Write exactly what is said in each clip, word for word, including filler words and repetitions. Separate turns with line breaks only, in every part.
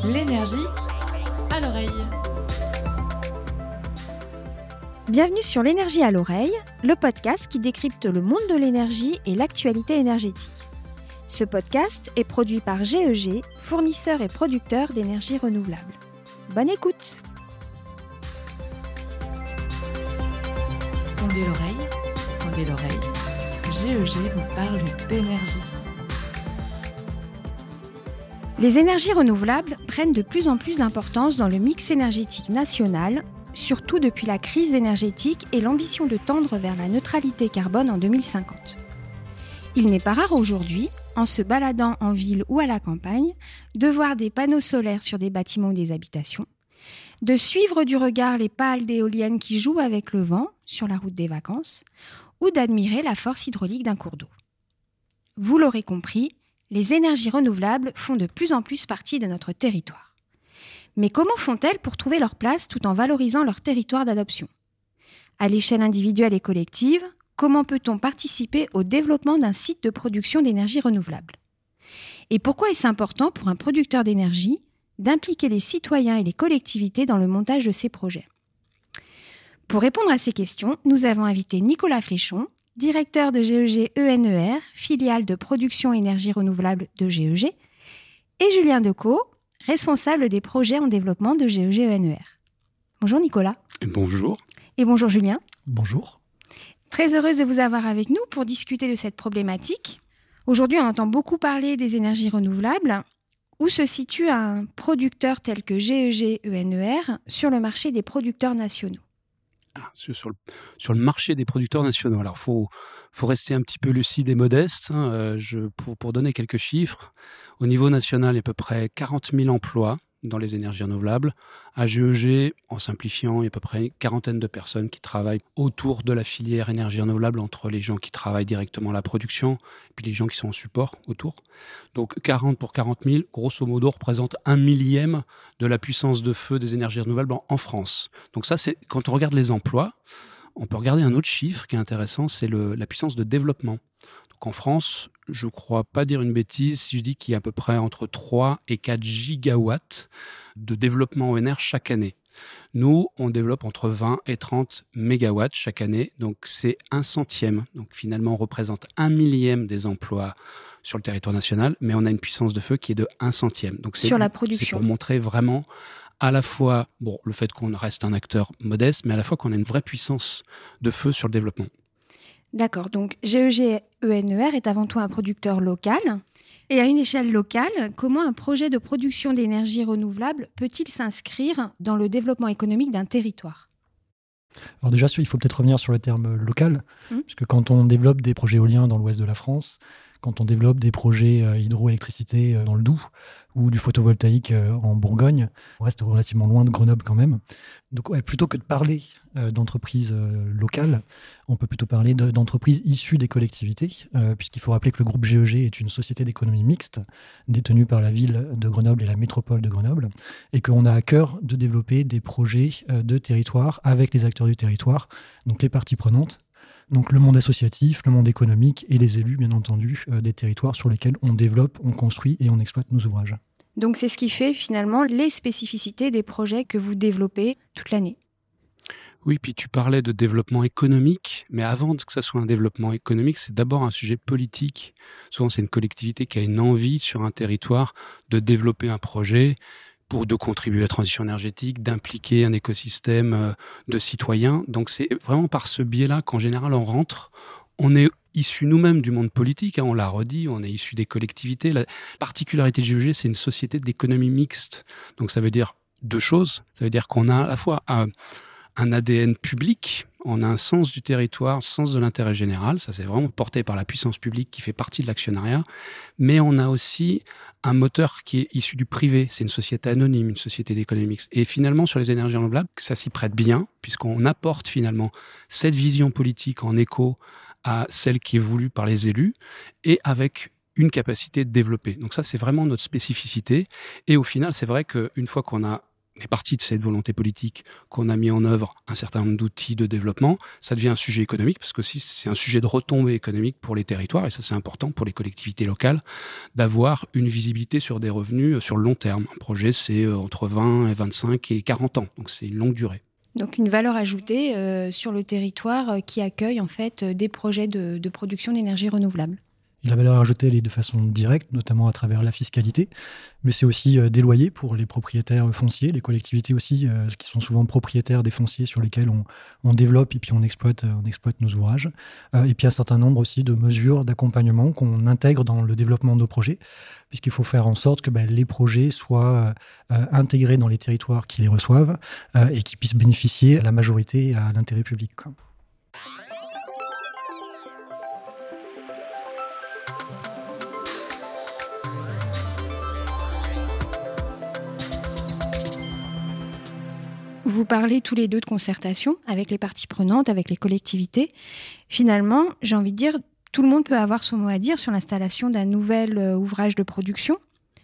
L'énergie à l'oreille.
Bienvenue sur l'énergie à l'oreille, le podcast qui décrypte le monde de l'énergie et l'actualité énergétique. Ce podcast est produit par G E G, fournisseur et producteur d'énergie renouvelable. Bonne écoute!
Tendez l'oreille, tendez l'oreille. G E G vous parle d'énergie.
Les énergies renouvelables prennent de plus en plus d'importance dans le mix énergétique national, surtout depuis la crise énergétique et l'ambition de tendre vers la neutralité carbone en deux mille cinquante. Il n'est pas rare aujourd'hui, en se baladant en ville ou à la campagne, de voir des panneaux solaires sur des bâtiments ou des habitations, de suivre du regard les pales d'éoliennes qui jouent avec le vent sur la route des vacances, ou d'admirer la force hydraulique d'un cours d'eau. Vous l'aurez compris, les énergies renouvelables font de plus en plus partie de notre territoire. Mais comment font-elles pour trouver leur place tout en valorisant leur territoire d'adoption ? À l'échelle individuelle et collective, comment peut-on participer au développement d'un site de production d'énergie renouvelable ? Et pourquoi est-ce important pour un producteur d'énergie d'impliquer les citoyens et les collectivités dans le montage de ces projets ? Pour répondre à ces questions, nous avons invité Nicolas Fléchon, directeur de G E G E N E R, filiale de production énergie renouvelable de G E G, et Julien Decaux, responsable des projets en développement de G E G E N E R. Bonjour Nicolas.
Et bonjour.
Et bonjour Julien.
Bonjour.
Très heureuse de vous avoir avec nous pour discuter de cette problématique. Aujourd'hui, on entend beaucoup parler des énergies renouvelables. Où se situe un producteur tel que G E G E N E R sur le marché des producteurs nationaux ?
Ah, sur, le, sur le marché des producteurs nationaux. Alors, il faut, faut rester un petit peu lucide et modeste. Hein. Euh, je, pour, pour donner quelques chiffres, au niveau national, il y a à peu près quarante mille emplois dans les énergies renouvelables. À G E G, en simplifiant, il y a à peu près une quarantaine de personnes qui travaillent autour de la filière énergie renouvelable, entre les gens qui travaillent directement à la production et puis les gens qui sont en support autour. Donc quarante pour quarante mille, grosso modo, représente un millième de la puissance de feu des énergies renouvelables en, en France. Donc ça, c'est quand on regarde les emplois, on peut regarder un autre chiffre qui est intéressant, c'est le, la puissance de développement. Donc en France, je ne crois pas dire une bêtise si je dis qu'il y a à peu près entre trois et quatre gigawatts de développement O N R chaque année. Nous, on développe entre vingt et trente mégawatts chaque année, donc c'est un centième. Donc finalement, on représente un millième des emplois sur le territoire national, mais on a une puissance de feu qui est de un centième. Donc c'est,
sur la production.
C'est pour montrer vraiment à la fois bon, le fait qu'on reste un acteur modeste, mais à la fois qu'on a une vraie puissance de feu sur le développement.
D'accord, donc G E G E N E R est avant tout un producteur local. Et à une échelle locale, comment un projet de production d'énergie renouvelable peut-il s'inscrire dans le développement économique d'un territoire ?
Alors déjà, il faut peut-être revenir sur le terme local, mmh. puisque quand on développe des projets éoliens dans l'ouest de la France, quand on développe des projets euh, hydroélectricité euh, dans le Doubs ou du photovoltaïque euh, en Bourgogne, on reste relativement loin de Grenoble quand même. Donc ouais, plutôt que de parler euh, d'entreprises euh, locales, on peut plutôt parler de, d'entreprises issues des collectivités, euh, puisqu'il faut rappeler que le groupe G E G est une société d'économie mixte détenue par la ville de Grenoble et la métropole de Grenoble, et qu'on a à cœur de développer des projets euh, de territoire avec les acteurs du territoire, donc les parties prenantes. Donc le monde associatif, le monde économique et les élus, bien entendu, euh, des territoires sur lesquels on développe, on construit et on exploite nos ouvrages.
Donc c'est ce qui fait finalement les spécificités des projets que vous développez toute l'année.
Oui, puis tu parlais de développement économique, mais avant que ça soit un développement économique, c'est d'abord un sujet politique. Souvent, c'est une collectivité qui a une envie sur un territoire de développer un projet, pour de contribuer à la transition énergétique, d'impliquer un écosystème de citoyens. Donc c'est vraiment par ce biais-là qu'en général on rentre. On est issus nous-mêmes du monde politique, hein, on l'a redit, on est issus des collectivités. La particularité de G E G, c'est une société d'économie mixte. Donc ça veut dire deux choses. Ça veut dire qu'on a à la fois un, un A D N public, on a un sens du territoire, un sens de l'intérêt général, ça c'est vraiment porté par la puissance publique qui fait partie de l'actionnariat, mais on a aussi un moteur qui est issu du privé, c'est une société anonyme, une société d'économie mixte. Et finalement, sur les énergies renouvelables, ça s'y prête bien, puisqu'on apporte finalement cette vision politique en écho à celle qui est voulue par les élus, et avec une capacité de développer. Donc ça, c'est vraiment notre spécificité. Et au final, c'est vrai qu'une fois qu'on a est parti de cette volonté politique, qu'on a mis en œuvre un certain nombre d'outils de développement, ça devient un sujet économique, parce que aussi c'est un sujet de retombée économique pour les territoires, et ça c'est important pour les collectivités locales, d'avoir une visibilité sur des revenus sur le long terme. Un projet, c'est entre vingt et vingt-cinq et quarante ans, donc c'est une longue durée.
Donc une valeur ajoutée euh, sur le territoire euh, qui accueille en fait des projets de, de production d'énergie renouvelable.
Et la valeur ajoutée, elle est de façon directe, notamment à travers la fiscalité, mais c'est aussi euh, des loyers pour les propriétaires fonciers, les collectivités aussi, euh, qui sont souvent propriétaires des fonciers sur lesquels on, on développe et puis on exploite, euh, on exploite nos ouvrages. Euh, et puis un certain nombre aussi de mesures d'accompagnement qu'on intègre dans le développement de nos projets, puisqu'il faut faire en sorte que ben, les projets soient euh, intégrés dans les territoires qui les reçoivent euh, et qui puissent bénéficier à la majorité à l'intérêt public, quoi.
Vous parlez tous les deux de concertation avec les parties prenantes, avec les collectivités. Finalement, j'ai envie de dire, tout le monde peut avoir son mot à dire sur l'installation d'un nouvel euh, ouvrage de production.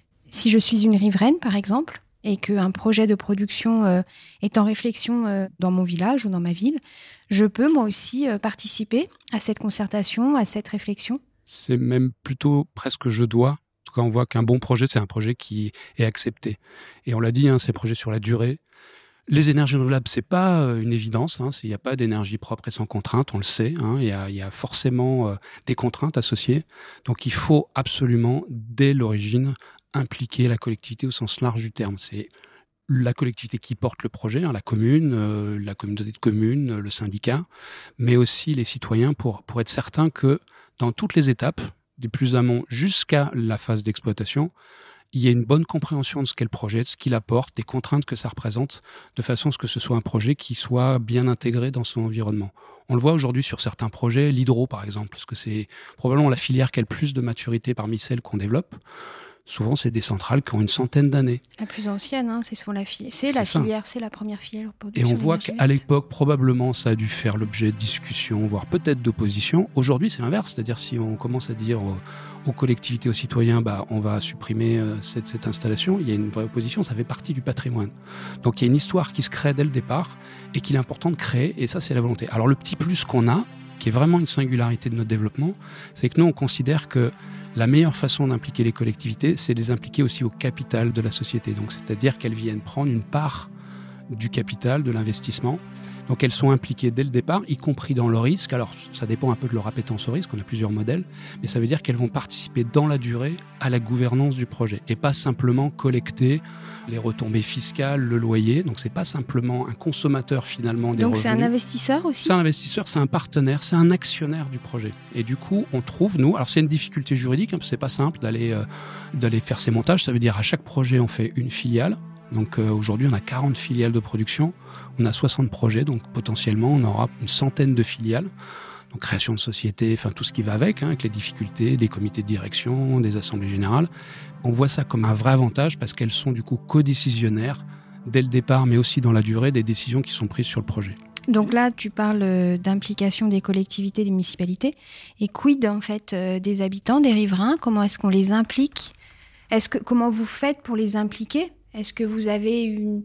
Si je suis une riveraine, par exemple, et qu'un projet de production euh, est en réflexion euh, dans mon village ou dans ma ville, je peux moi aussi euh, participer à cette concertation, à cette réflexion.
C'est même plutôt presque je dois. En tout cas, on voit qu'un bon projet, c'est un projet qui est accepté. Et on l'a dit, hein, c'est un projet sur la durée. Les énergies renouvelables, c'est pas une évidence. Hein. Il n'y a pas d'énergie propre et sans contrainte, on le sait. Hein. Il y a, il y a forcément euh, des contraintes associées. Donc, il faut absolument, dès l'origine, impliquer la collectivité au sens large du terme. C'est la collectivité qui porte le projet, hein, la commune, euh, la communauté de communes, euh, le syndicat, mais aussi les citoyens pour, pour être certain que dans toutes les étapes, des plus amont jusqu'à la phase d'exploitation, il y a une bonne compréhension de ce qu'est le projet, de ce qu'il apporte, des contraintes que ça représente, de façon à ce que ce soit un projet qui soit bien intégré dans son environnement. On le voit aujourd'hui sur certains projets, l'hydro par exemple, parce que c'est probablement la filière qui a le plus de maturité parmi celles qu'on développe. Souvent, c'est des centrales qui ont une centaine d'années.
La plus ancienne, hein, c'est souvent la filière. C'est, c'est la ça. filière, c'est la première filière de production.
Et on voit qu'à l'époque, probablement, ça a dû faire l'objet de discussions, voire peut-être d'opposition. Aujourd'hui, c'est l'inverse. C'est-à-dire, si on commence à dire aux, aux collectivités, aux citoyens, bah, on va supprimer euh, cette, cette installation, il y a une vraie opposition. Ça fait partie du patrimoine. Donc, il y a une histoire qui se crée dès le départ et qu'il est important de créer. Et ça, c'est la volonté. Alors, le petit plus qu'on a, qui est vraiment une singularité de notre développement, c'est que nous, on considère que la meilleure façon d'impliquer les collectivités, c'est de les impliquer aussi au capital de la société. Donc, c'est-à-dire qu'elles viennent prendre une part du capital, de l'investissement. Donc, elles sont impliquées dès le départ, y compris dans le risque. Alors, ça dépend un peu de leur appétence au risque, on a plusieurs modèles, mais ça veut dire qu'elles vont participer dans la durée à la gouvernance du projet et pas simplement collecter les retombées fiscales, le loyer. Donc, c'est pas simplement un consommateur finalement des
Donc,
revenus.
Donc, c'est un investisseur aussi ?
C'est un investisseur, c'est un partenaire, c'est un actionnaire du projet. Et du coup, on trouve, nous, alors c'est une difficulté juridique, hein, parce que c'est pas simple d'aller, euh, d'aller faire ces montages. Ça veut dire à chaque projet, on fait une filiale. Donc euh, aujourd'hui, on a quarante filiales de production, on a soixante projets, donc potentiellement, on aura une centaine de filiales. Donc création de sociétés, enfin tout ce qui va avec, hein, avec les difficultés, des comités de direction, des assemblées générales. On voit ça comme un vrai avantage parce qu'elles sont du coup codécisionnaires dès le départ, mais aussi dans la durée des décisions qui sont prises sur le projet.
Donc là, tu parles d'implication des collectivités, des municipalités. Et quid en fait des habitants, des riverains ? Comment est-ce qu'on les implique ? Est-ce que, comment vous faites pour les impliquer ? Est-ce que vous avez une,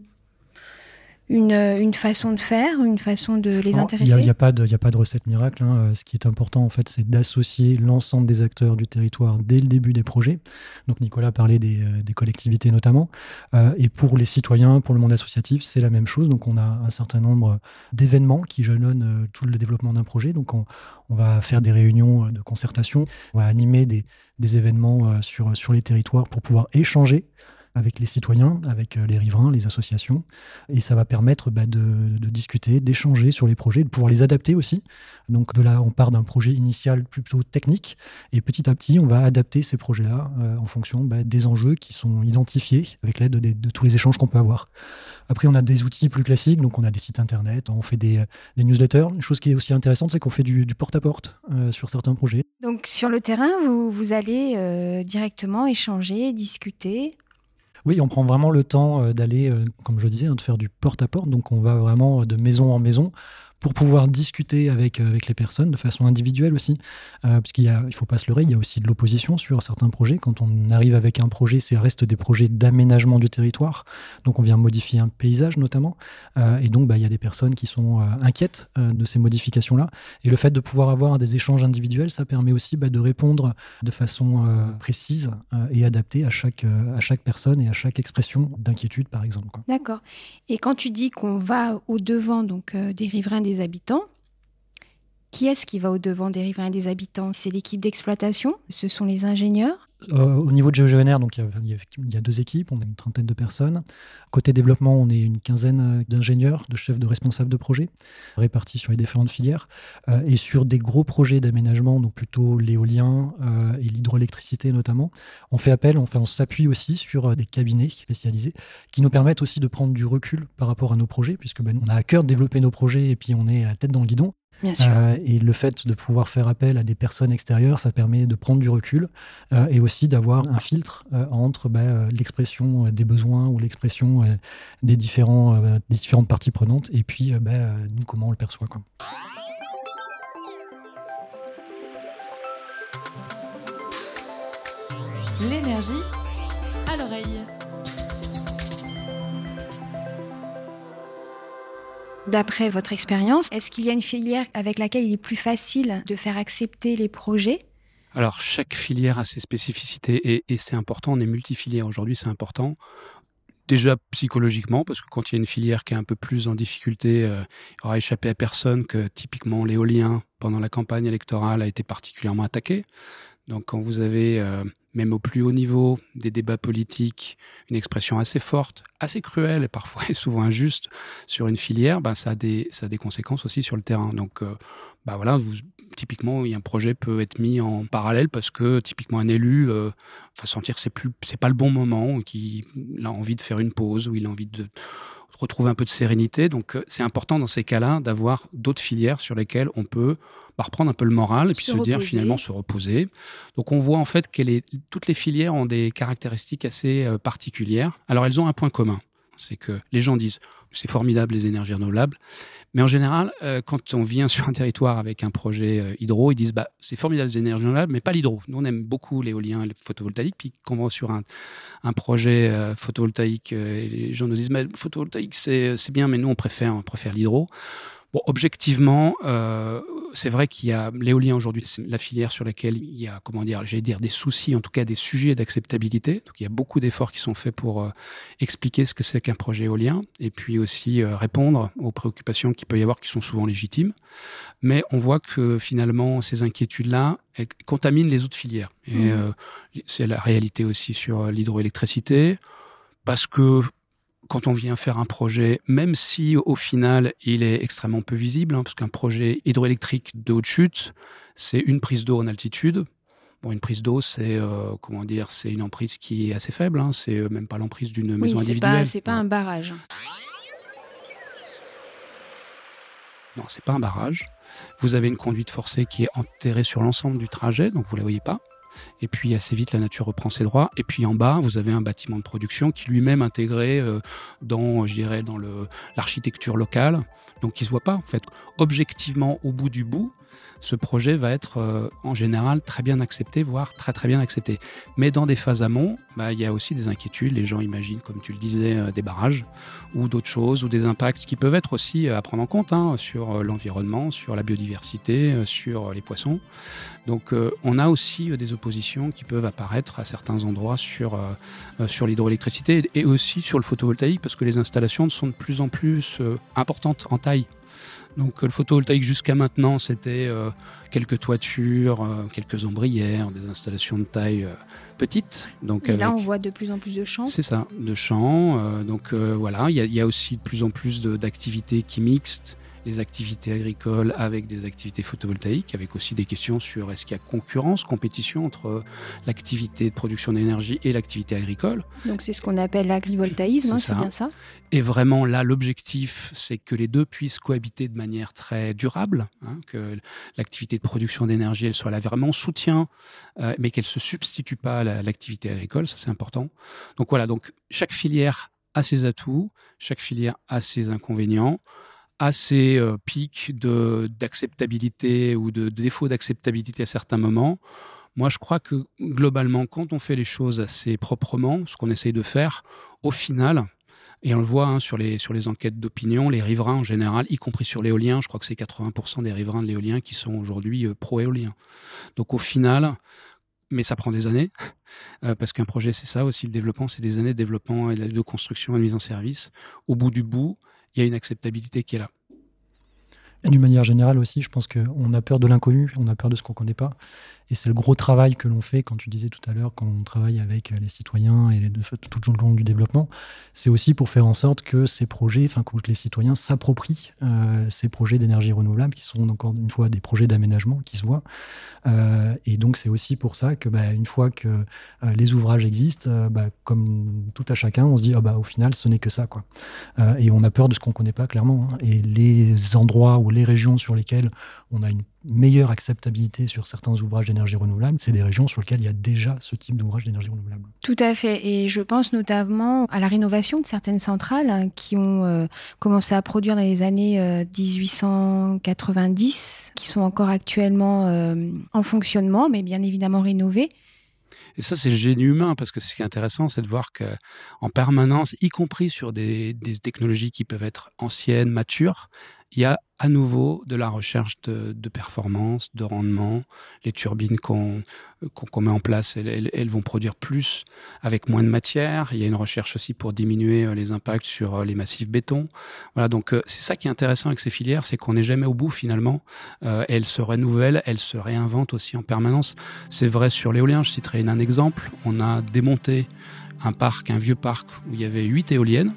une, une façon de faire, une façon de les
Alors,
intéresser ?
Il n'y a, a, a pas de recette miracle. Hein. Ce qui est important, en fait, c'est d'associer l'ensemble des acteurs du territoire dès le début des projets. Donc, Nicolas parlait des, des collectivités notamment. Euh, et pour les citoyens, pour le monde associatif, c'est la même chose. Donc, on a un certain nombre d'événements qui jalonnent tout le développement d'un projet. Donc, on, on va faire des réunions de concertation. On va animer des, des événements sur, sur les territoires pour pouvoir échanger avec les citoyens, avec les riverains, les associations. Et ça va permettre bah, de, de discuter, d'échanger sur les projets, de pouvoir les adapter aussi. Donc de là, on part d'un projet initial plutôt technique. Et petit à petit, on va adapter ces projets-là euh, en fonction bah, des enjeux qui sont identifiés avec l'aide de, de tous les échanges qu'on peut avoir. Après, on a des outils plus classiques. Donc on a des sites internet, on fait des, des newsletters. Une chose qui est aussi intéressante, c'est qu'on fait du, du porte-à-porte euh, sur certains projets.
Donc sur le terrain, vous, vous allez euh, directement échanger, discuter.
Oui, on prend vraiment le temps d'aller, comme je le disais, de faire du porte-à-porte. Donc, on va vraiment de maison en maison pour pouvoir discuter avec, euh, avec les personnes de façon individuelle aussi. Euh, parce qu'il y a, il ne faut pas se leurrer, il y a aussi de l'opposition sur certains projets. Quand on arrive avec un projet, c'est reste des projets d'aménagement du territoire. Donc, on vient modifier un paysage notamment. Euh, et donc, bah, il y a des personnes qui sont euh, inquiètes euh, de ces modifications-là. Et le fait de pouvoir avoir des échanges individuels, ça permet aussi bah, de répondre de façon euh, précise euh, et adaptée à chaque, euh, à chaque personne et à chaque expression d'inquiétude, par exemple, quoi.
D'accord. Et quand tu dis qu'on va au-devant donc, euh, des riverains, des habitants, qui est-ce qui va au-devant des riverains et des habitants ? C'est l'équipe d'exploitation ? Ce sont les ingénieurs ?
Euh, au niveau de GeoGNR, donc il y, a, il, y a, il y a deux équipes, on a une trentaine de personnes. Côté développement, on est une quinzaine d'ingénieurs, de chefs de responsables de projets, répartis sur les différentes filières. Euh, et sur des gros projets d'aménagement, donc plutôt l'éolien euh, et l'hydroélectricité notamment, on fait appel, on, fait, on s'appuie aussi sur des cabinets spécialisés qui nous permettent aussi de prendre du recul par rapport à nos projets, puisque ben, on a à cœur de développer nos projets et puis on est à la tête dans le guidon.
Bien sûr.
Euh, et le fait de pouvoir faire appel à des personnes extérieures, ça permet de prendre du recul euh, et aussi d'avoir un filtre euh, entre bah, euh, l'expression des besoins ou l'expression euh, des, différents, euh, des différentes parties prenantes et puis euh, bah, euh, nous, comment on le perçoit, quoi.
L'énergie à l'oreille.
D'après votre expérience, est-ce qu'il y a une filière avec laquelle il est plus facile de faire accepter les projets ?
Alors, chaque filière a ses spécificités et, et c'est important, on est multifilière aujourd'hui, c'est important. Déjà psychologiquement, parce que quand il y a une filière qui est un peu plus en difficulté, euh, il aura échappé à personne que typiquement l'éolien, pendant la campagne électorale, a été particulièrement attaqué. Donc quand vous avez, euh, même au plus haut niveau des débats politiques, une expression assez forte, assez cruelle et parfois et souvent injuste sur une filière, bah, ça a des, ça a des conséquences aussi sur le terrain. Donc euh, bah voilà, vous, typiquement, un projet peut être mis en parallèle parce que typiquement un élu euh, va sentir que c'est plus, c'est pas le bon moment, qu'il a envie de faire une pause ou il a envie de retrouver un peu de sérénité. Donc euh, c'est important dans ces cas-là d'avoir d'autres filières sur lesquelles on peut bah, reprendre un peu le moral et puis se, se dire finalement se reposer. Donc on voit en fait que les, toutes les filières ont des caractéristiques assez euh, particulières. Alors elles ont un point commun, c'est que les gens disent c'est formidable les énergies renouvelables, mais en général euh, quand on vient sur un territoire avec un projet euh, hydro, ils disent bah, c'est formidable les énergies renouvelables, mais pas l'hydro. Nous on aime beaucoup l'éolien et le photovoltaïque, puis quand on va sur un, un projet euh, photovoltaïque, euh, les gens nous disent mais le photovoltaïque c'est, c'est bien, mais nous on préfère, on préfère l'hydro. Bon, objectivement, euh, c'est vrai qu'il y a l'éolien aujourd'hui, c'est la filière sur laquelle il y a, comment dire, j'allais dire des soucis, en tout cas des sujets d'acceptabilité. Donc il y a beaucoup d'efforts qui sont faits pour euh, expliquer ce que c'est qu'un projet éolien et puis aussi euh, répondre aux préoccupations qu'il peut y avoir qui sont souvent légitimes. Mais on voit que finalement ces inquiétudes-là elles contaminent les autres filières. Et mmh. euh, c'est la réalité aussi sur l'hydroélectricité, parce que quand on vient faire un projet, même si au final il est extrêmement peu visible, hein, parce qu'un projet hydroélectrique de haute chute, c'est une prise d'eau en altitude. Bon, une prise d'eau, c'est euh, comment dire, c'est une emprise qui est assez faible. Hein, c'est même pas l'emprise d'une
oui,
maison
c'est
individuelle.
Pas, c'est pas un barrage.
Non, c'est pas un barrage. Vous avez une conduite forcée qui est enterrée sur l'ensemble du trajet, donc vous la voyez pas. Et puis assez vite la nature reprend ses droits. Et puis en bas, vous avez un bâtiment de production qui lui-même intégré euh, dans, je dirais, dans le, l'architecture locale, donc qui se voit pas en fait. Objectivement, au bout du bout, ce projet va être euh, en général très bien accepté, voire très très bien accepté. Mais dans des phases amont, bah, il y a aussi des inquiétudes. Les gens imaginent, comme tu le disais, euh, des barrages ou d'autres choses, ou des impacts qui peuvent être aussi euh, à prendre en compte hein, sur euh, l'environnement, sur la biodiversité, euh, sur euh, les poissons. Donc euh, on a aussi euh, des oppositions qui peuvent apparaître à certains endroits sur, euh, euh, sur l'hydroélectricité et aussi sur le photovoltaïque, parce que les installations sont de plus en plus euh, importantes en taille. Donc le photovoltaïque jusqu'à maintenant, c'était euh, quelques toitures, euh, quelques ombrières, des installations de taille euh, petite. Donc
et
avec,
là, on voit de plus en plus de champs.
C'est ça, de champs. Euh, donc euh, voilà, il y, y a aussi de plus en plus de, d'activités qui mixent les activités agricoles avec des activités photovoltaïques, avec aussi des questions sur est-ce qu'il y a concurrence, compétition entre l'activité de production d'énergie et l'activité agricole.
Donc c'est ce qu'on appelle l'agrivoltaïsme, c'est, hein, c'est bien ça.
Et vraiment là, l'objectif, c'est que les deux puissent cohabiter de manière très durable, hein, que l'activité de production d'énergie, elle soit là vraiment soutien, euh, mais qu'elle ne se substitue pas à la, l'activité agricole, ça c'est important. Donc voilà, donc chaque filière a ses atouts, chaque filière a ses inconvénients. à ces euh, pics de, d'acceptabilité ou de, de défaut d'acceptabilité à certains moments. Moi, je crois que globalement, quand on fait les choses assez proprement, ce qu'on essaye de faire, au final, et on le voit hein, sur, les, sur les enquêtes d'opinion, les riverains en général, y compris sur l'éolien, je crois que c'est quatre-vingts pour cent des riverains de l'éolien qui sont aujourd'hui euh, pro-éolien. Donc au final, mais ça prend des années, euh, parce qu'un projet, c'est ça aussi, le développement, c'est des années de développement et de construction et de mise en service. Au bout du bout, il y a une acceptabilité qui est là.
Et d'une manière générale aussi, je pense qu'on a peur de l'inconnu, on a peur de ce qu'on ne connaît pas. Et c'est le gros travail que l'on fait, quand tu disais tout à l'heure, quand on travaille avec les citoyens et de, tout au long du développement, c'est aussi pour faire en sorte que ces projets, enfin que les citoyens s'approprient euh, ces projets d'énergie renouvelable, qui sont encore une fois des projets d'aménagement qui se voient. Euh, et donc c'est aussi pour ça que bah, une fois que euh, les ouvrages existent, euh, bah, comme tout à chacun, on se dit ah, bah, au final ce n'est que ça, quoi. Euh, et on a peur de ce qu'on ne connaît pas clairement. Hein. Et les endroits ou les régions sur lesquelles on a une meilleure acceptabilité sur certains ouvrages d'énergie renouvelable, c'est des régions sur lesquelles il y a déjà ce type d'ouvrage d'énergie renouvelable.
Tout à fait. Et je pense notamment à la rénovation de certaines centrales hein, qui ont euh, commencé à produire dans les années euh, dix-huit cent quatre-vingt-dix, qui sont encore actuellement euh, en fonctionnement, mais bien évidemment rénovées.
Et ça, c'est le génie humain, parce que ce qui est intéressant, c'est de voir qu'en permanence, y compris sur des, des technologies qui peuvent être anciennes, matures, il y a à nouveau de la recherche de, de performance, de rendement. Les turbines qu'on, qu'on, qu'on met en place, elles, elles, elles vont produire plus avec moins de matière. Il y a une recherche aussi pour diminuer les impacts sur les massifs béton. Voilà, donc c'est ça qui est intéressant avec ces filières, c'est qu'on n'est jamais au bout finalement. Euh, elles se renouvellent, elles se réinventent aussi en permanence. C'est vrai sur l'éolien, je citerai un exemple. On a démonté un parc, un vieux parc où il y avait huit éoliennes.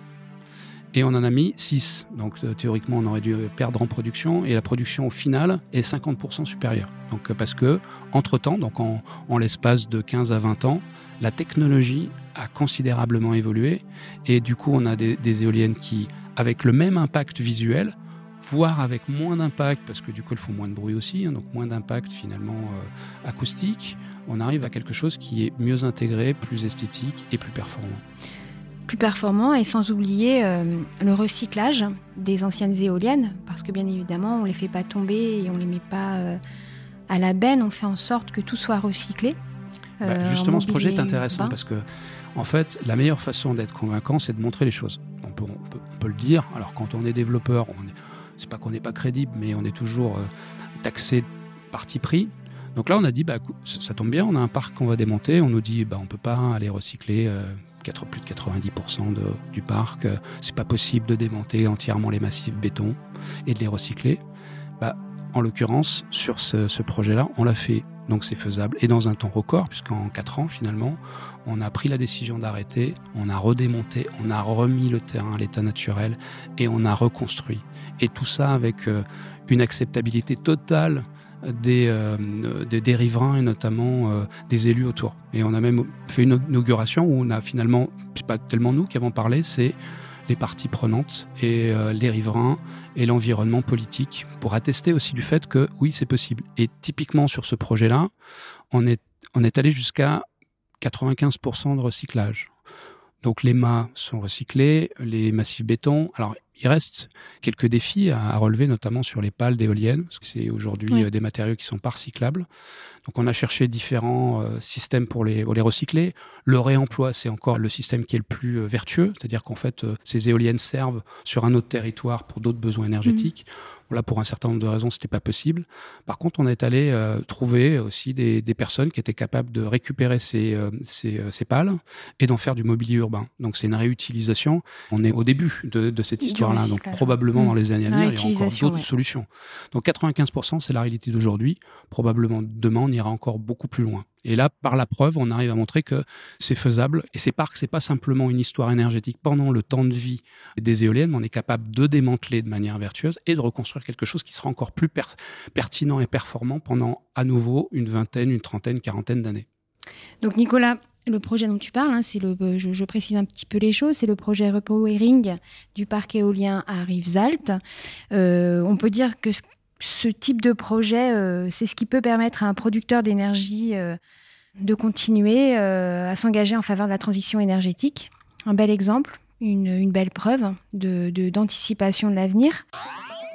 Et on en a mis six. Donc euh, théoriquement, on aurait dû perdre en production. Et la production, au final, est cinquante pour cent supérieure. Donc, euh, parce que, entre-temps, donc en, en l'espace de quinze à vingt ans, la technologie a considérablement évolué. Et du coup, on a des, des éoliennes qui, avec le même impact visuel, voire avec moins d'impact, parce que du coup, elles font moins de bruit aussi, hein, donc moins d'impact finalement euh, acoustique, on arrive à quelque chose qui est mieux intégré, plus esthétique et plus performant.
Plus performant et sans oublier euh, le recyclage des anciennes éoliennes, parce que bien évidemment, on ne les fait pas tomber et on ne les met pas euh, à la benne, on fait en sorte que tout soit recyclé.
Euh, bah, justement, ce projet est intéressant urbain. Parce que, en fait, la meilleure façon d'être convaincant, c'est de montrer les choses. On peut, on peut, on peut le dire. Alors, quand on est développeur, on est, c'est pas qu'on n'est pas crédible, mais on est toujours euh, taxé parti pris. Donc là, on a dit, bah, ça, ça tombe bien, on a un parc qu'on va démonter. On nous dit, bah, on ne peut pas aller recycler euh, plus de quatre-vingt-dix pour cent de, du parc. Euh, c'est pas possible de démonter entièrement les massifs béton et de les recycler. Bah, en l'occurrence, sur ce, ce projet-là, on l'a fait. Donc c'est faisable. Et dans un temps record, puisqu'en quatre ans, finalement, on a pris la décision d'arrêter, on a redémonté, on a remis le terrain à l'état naturel et on a reconstruit. Et tout ça avec euh, une acceptabilité totale Des, euh, des, des riverains et notamment euh, des élus autour. Et on a même fait une inauguration où on a finalement, c'est pas tellement nous qui avons parlé, c'est les parties prenantes et euh, les riverains et l'environnement politique pour attester aussi du fait que oui, c'est possible. Et typiquement sur ce projet-là, on est, on est allé jusqu'à quatre-vingt-quinze pour cent de recyclage. Donc les mâts sont recyclés, les massifs béton. Alors il reste quelques défis à, à relever, notamment sur les pales d'éoliennes, parce que c'est aujourd'hui oui. euh, des matériaux qui ne sont pas recyclables. Donc on a cherché différents euh, systèmes pour les, pour les recycler. Le réemploi, c'est encore le système qui est le plus euh, vertueux, c'est-à-dire qu'en fait, euh, ces éoliennes servent sur un autre territoire pour d'autres besoins énergétiques. Mmh. Là, pour un certain nombre de raisons, ce n'était pas possible. Par contre, on est allé euh, trouver aussi des, des personnes qui étaient capables de récupérer ces, euh, ces, euh, ces pales et d'en faire du mobilier urbain. Donc, c'est une réutilisation. On est au début de, de cette histoire-là. Donc, probablement mmh. dans les années à venir, il y aura encore d'autres ouais. solutions. Donc, quatre-vingt-quinze pour cent, c'est la réalité d'aujourd'hui. Probablement demain, on ira encore beaucoup plus loin. Et là, par la preuve, on arrive à montrer que c'est faisable. Et ces parcs, c'est pas simplement une histoire énergétique pendant le temps de vie des éoliennes, mais on est capable de démanteler de manière vertueuse et de reconstruire quelque chose qui sera encore plus per- pertinent et performant pendant à nouveau une vingtaine, une trentaine, quarantaine d'années.
Donc Nicolas, le projet dont tu parles, hein, c'est le, je, je précise un petit peu les choses, c'est le projet repowering du parc éolien à Rivesaltes. Euh, on peut dire que ce Ce type de projet, euh, c'est ce qui peut permettre à un producteur d'énergie euh, de continuer euh, à s'engager en faveur de la transition énergétique. Un bel exemple, une, une belle preuve de, de, d'anticipation de l'avenir.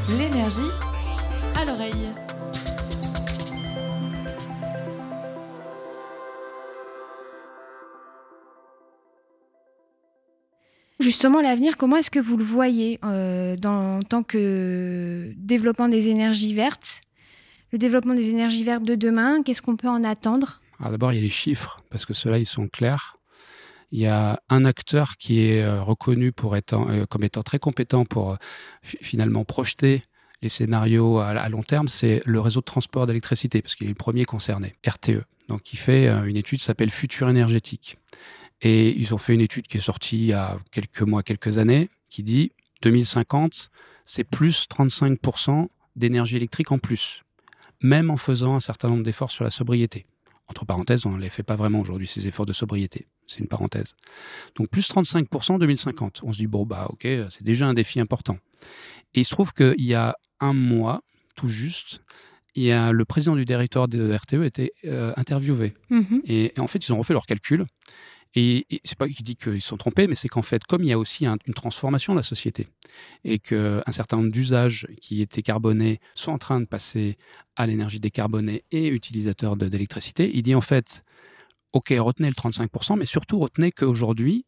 L'énergie à l'oreille.
Justement, l'avenir, comment est-ce que vous le voyez euh, dans, en tant que développement des énergies vertes ? Le développement des énergies vertes de demain, qu'est-ce qu'on peut en attendre ?
Alors d'abord, il y a les chiffres, parce que ceux-là, ils sont clairs. Il y a un acteur qui est euh, reconnu pour être, euh, comme étant très compétent pour euh, f- finalement projeter les scénarios à, à long terme, c'est le réseau de transport d'électricité, parce qu'il est le premier concerné, R T E. Donc il fait euh, une étude qui s'appelle Futur énergétique. Et ils ont fait une étude qui est sortie il y a quelques mois, quelques années, qui dit deux mille cinquante, c'est plus trente-cinq pour cent d'énergie électrique en plus, même en faisant un certain nombre d'efforts sur la sobriété. Entre parenthèses, on ne les fait pas vraiment aujourd'hui, ces efforts de sobriété. C'est une parenthèse. Donc plus trente-cinq pour cent en deux mille cinquante. On se dit, bon, bah ok, c'est déjà un défi important. Et il se trouve qu'il y a un mois, tout juste, il y a le président du directoire de R T E était euh, interviewé. Mmh. Et, et en fait, ils ont refait leurs calculs. Et, et c'est pas qu'il dit qu'ils se sont trompés, mais c'est qu'en fait, comme il y a aussi un, une transformation de la société et qu'un certain nombre d'usages qui étaient carbonés sont en train de passer à l'énergie décarbonée et utilisateurs de, d'électricité, il dit en fait, ok, retenez le trente-cinq pour cent, mais surtout retenez qu'aujourd'hui,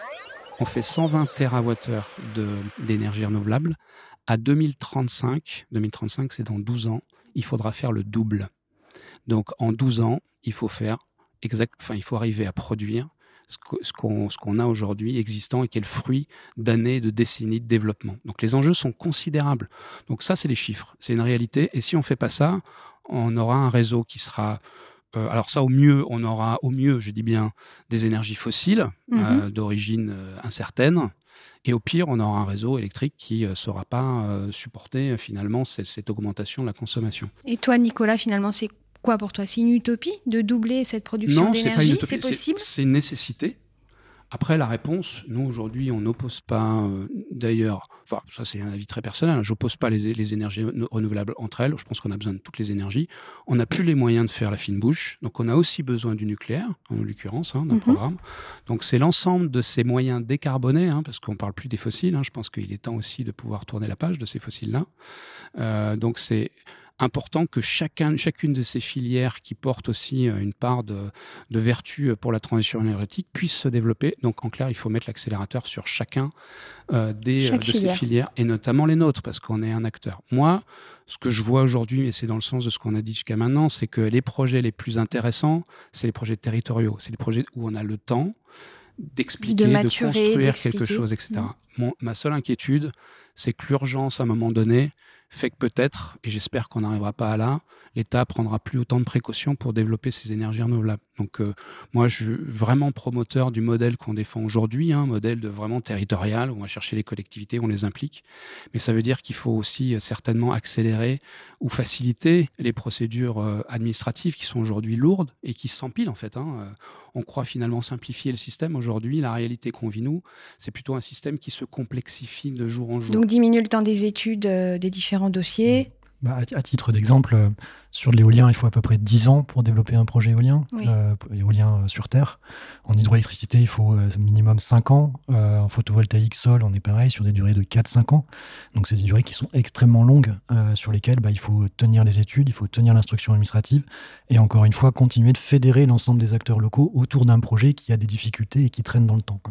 on fait cent vingt térawattheures de, d'énergie renouvelable. À deux mille trente-cinq, deux mille trente-cinq, c'est dans douze ans, il faudra faire le double. Donc en douze ans, il faut faire exact, enfin, il faut arriver à produire ce qu'on, ce qu'on a aujourd'hui existant et qui est le fruit d'années, de décennies de développement. Donc les enjeux sont considérables. Donc ça, c'est les chiffres, c'est une réalité. Et si on ne fait pas ça, on aura un réseau qui sera... Euh, alors ça, au mieux, on aura, au mieux, je dis bien, des énergies fossiles mmh. euh, d'origine euh, incertaine. Et au pire, on aura un réseau électrique qui ne euh, saura pas euh, supporter euh, finalement cette, cette augmentation de la consommation.
Et toi, Nicolas, finalement, c'est quoi pour toi ? C'est une utopie de doubler cette production
non,
d'énergie ?
C'est, pas
c'est possible ?
c'est, c'est une nécessité. Après, la réponse, nous, aujourd'hui, on n'oppose pas, euh, d'ailleurs, enfin, ça c'est un avis très personnel, je n'oppose pas les, les énergies renouvelables entre elles, je pense qu'on a besoin de toutes les énergies. On n'a plus les moyens de faire la fine bouche, donc on a aussi besoin du nucléaire, en l'occurrence, hein, d'un mm-hmm. programme. Donc c'est l'ensemble de ces moyens décarbonés, hein, parce qu'on ne parle plus des fossiles, hein, je pense qu'il est temps aussi de pouvoir tourner la page de ces fossiles-là. Euh, donc c'est... important que chacun, chacune de ces filières qui portent aussi une part de, de vertu pour la transition énergétique puisse se développer. Donc en clair, il faut mettre l'accélérateur sur chacun euh, des, euh, de filière. ces filières, et notamment les nôtres, parce qu'on est un acteur. Moi, ce que je vois aujourd'hui, et c'est dans le sens de ce qu'on a dit jusqu'à maintenant, c'est que les projets les plus intéressants, c'est les projets territoriaux. C'est les projets où on a le temps d'expliquer, de, maturer, de construire d'expliquer. quelque chose, et cetera. Mmh. Mon, ma seule inquiétude, c'est que l'urgence, à un moment donné, fait que peut-être, et j'espère qu'on n'arrivera pas à là, l'État prendra plus autant de précautions pour développer ces énergies renouvelables. Donc euh, moi, je suis vraiment promoteur du modèle qu'on défend aujourd'hui, un hein, modèle de vraiment territorial, où on va chercher les collectivités, on les implique. Mais ça veut dire qu'il faut aussi euh, certainement accélérer ou faciliter les procédures euh, administratives qui sont aujourd'hui lourdes et qui s'empilent en fait. Hein. Euh, on croit finalement simplifier le système. Aujourd'hui, la réalité qu'on vit, nous, c'est plutôt un système qui se complexifie de jour en jour.
Donc diminuer le temps des études euh, des différents dossiers.
Bah, à titre d'exemple, euh, sur l'éolien, il faut à peu près dix ans pour développer un projet éolien, oui. euh, éolien euh, sur Terre. En hydroélectricité, il faut euh, minimum cinq ans. Euh, en photovoltaïque sol, on est pareil, sur des durées de quatre à cinq ans. Donc, c'est des durées qui sont extrêmement longues, euh, sur lesquelles bah, il faut tenir les études, il faut tenir l'instruction administrative, et encore une fois, continuer de fédérer l'ensemble des acteurs locaux autour d'un projet qui a des difficultés et qui traîne dans le temps, quoi.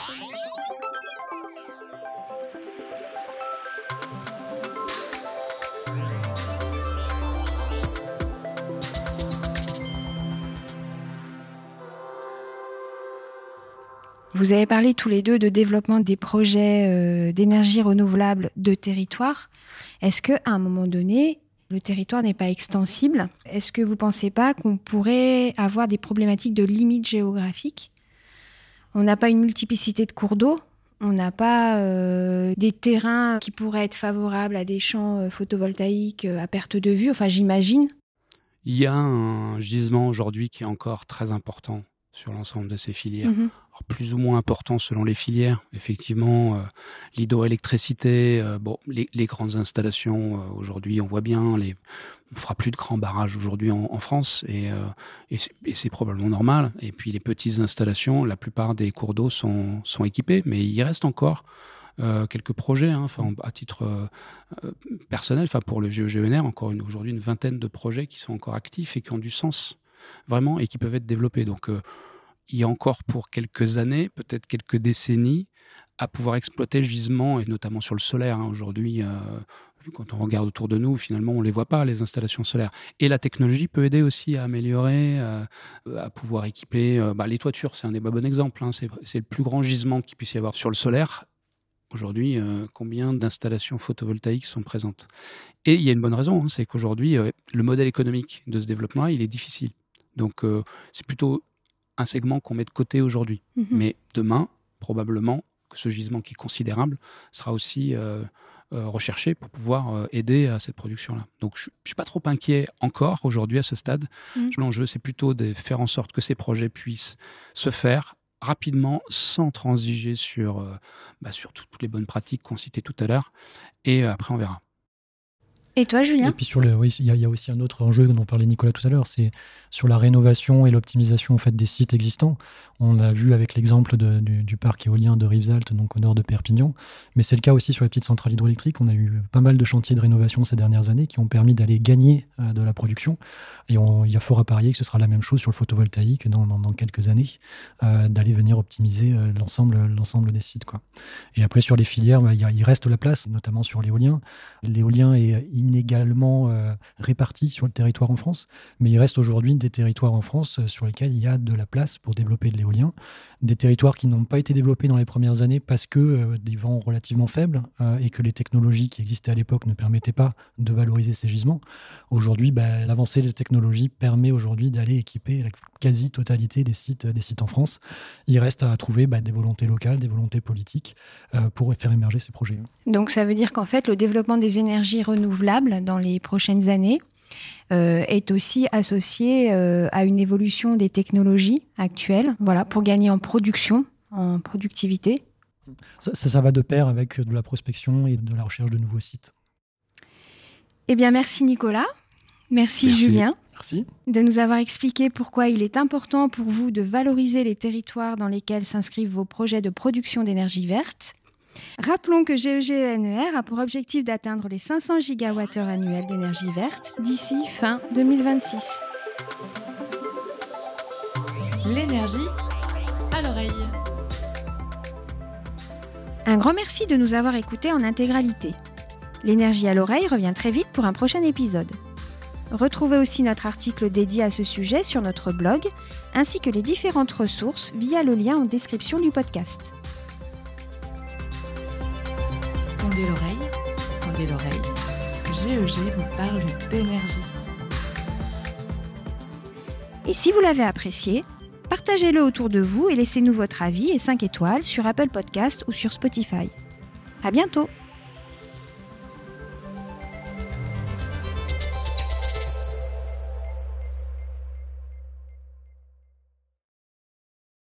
Vous avez parlé tous les deux de développement des projets euh, d'énergie renouvelable de territoire. Est-ce qu'à un moment donné, le territoire n'est pas extensible ? Est-ce que vous ne pensez pas qu'on pourrait avoir des problématiques de limites géographiques ? On n'a pas une multiplicité de cours d'eau, on n'a pas euh, des terrains qui pourraient être favorables à des champs euh, photovoltaïques euh, à perte de vue, enfin j'imagine.
Il y a un gisement aujourd'hui qui est encore très important sur l'ensemble de ces filières. Mmh. Alors, plus ou moins important selon les filières. Effectivement, euh, l'hydroélectricité, euh, bon, les, les grandes installations, euh, aujourd'hui, on voit bien, les, on ne fera plus de grands barrages aujourd'hui en, en France, et, euh, et, c'est, et c'est probablement normal. Et puis les petites installations, la plupart des cours d'eau sont, sont équipés, mais il reste encore euh, quelques projets, hein, enfin, à titre euh, personnel, enfin, pour le G E G E N R, encore une, aujourd'hui une vingtaine de projets qui sont encore actifs et qui ont du sens, vraiment, et qui peuvent être développés. Donc, euh, il y a encore pour quelques années, peut-être quelques décennies, à pouvoir exploiter le gisement, et notamment sur le solaire. Hein. Aujourd'hui, euh, quand on regarde autour de nous, finalement, on ne les voit pas, les installations solaires. Et la technologie peut aider aussi à améliorer, euh, à pouvoir équiper... Euh, bah, les toitures, c'est un des bons exemples. Hein. C'est, c'est le plus grand gisement qu'il puisse y avoir sur le solaire. Aujourd'hui, euh, combien d'installations photovoltaïques sont présentes? Et il y a une bonne raison, hein, c'est qu'aujourd'hui, euh, le modèle économique de ce développement-là, il est difficile. Donc, euh, c'est plutôt un segment qu'on met de côté aujourd'hui. Mmh. Mais demain, probablement, que ce gisement qui est considérable sera aussi euh, euh, recherché pour pouvoir euh, aider à cette production-là. Donc, je ne suis pas trop inquiet encore aujourd'hui à ce stade. Mmh. L'enjeu, c'est plutôt de faire en sorte que ces projets puissent se faire rapidement, sans transiger sur, euh, bah, sur tout, toutes les bonnes pratiques qu'on citait tout à l'heure. Et euh, après, on verra.
Et toi, Julien ?
Et puis sur le, oui, il y, y a aussi un autre enjeu dont parlait Nicolas tout à l'heure, c'est sur la rénovation et l'optimisation en fait des sites existants. On l'a vu avec l'exemple de, du, du parc éolien de Rivesaltes, donc au nord de Perpignan, mais c'est le cas aussi sur les petites centrales hydroélectriques. On a eu pas mal de chantiers de rénovation ces dernières années qui ont permis d'aller gagner euh, de la production, et on, il y a fort à parier que ce sera la même chose sur le photovoltaïque dans, dans, dans quelques années, euh, d'aller venir optimiser euh, l'ensemble, l'ensemble des sites, quoi. Et après sur les filières, bah, il, y a, il reste la place, notamment sur l'éolien. L'éolien est inégalement euh, répartis sur le territoire en France, mais il reste aujourd'hui des territoires en France sur lesquels il y a de la place pour développer de l'éolien, des territoires qui n'ont pas été développés dans les premières années parce que euh, des vents relativement faibles euh, et que les technologies qui existaient à l'époque ne permettaient pas de valoriser ces gisements. Aujourd'hui, bah, l'avancée des technologies permet aujourd'hui d'aller équiper la quasi-totalité des sites, des sites en France. Il reste à trouver bah, des volontés locales, des volontés politiques euh, pour faire émerger ces projets.
Donc ça veut dire qu'en fait, le développement des énergies renouvelables dans les prochaines années euh, est aussi associé euh, à une évolution des technologies actuelles, voilà, pour gagner en production, en productivité.
Ça, ça, ça va de pair avec de la prospection et de la recherche de nouveaux sites.
Eh bien, merci Nicolas, merci, merci. Julien.
Merci.
De nous avoir expliqué pourquoi il est important pour vous de valoriser les territoires dans lesquels s'inscrivent vos projets de production d'énergie verte. Rappelons que G E G E N R a pour objectif d'atteindre les cinq cents gigawattheures annuels d'énergie verte d'ici fin deux mille vingt-six.
L'énergie à l'oreille.
Un grand merci de nous avoir écoutés en intégralité. L'énergie à l'oreille revient très vite pour un prochain épisode. Retrouvez aussi notre article dédié à ce sujet sur notre blog, ainsi que les différentes ressources via le lien en description du podcast.
Tendez l'oreille, tendez l'oreille. G E G vous parle d'énergie.
Et si vous l'avez apprécié, partagez-le autour de vous et laissez-nous votre avis et cinq étoiles sur Apple Podcast ou sur Spotify. À bientôt!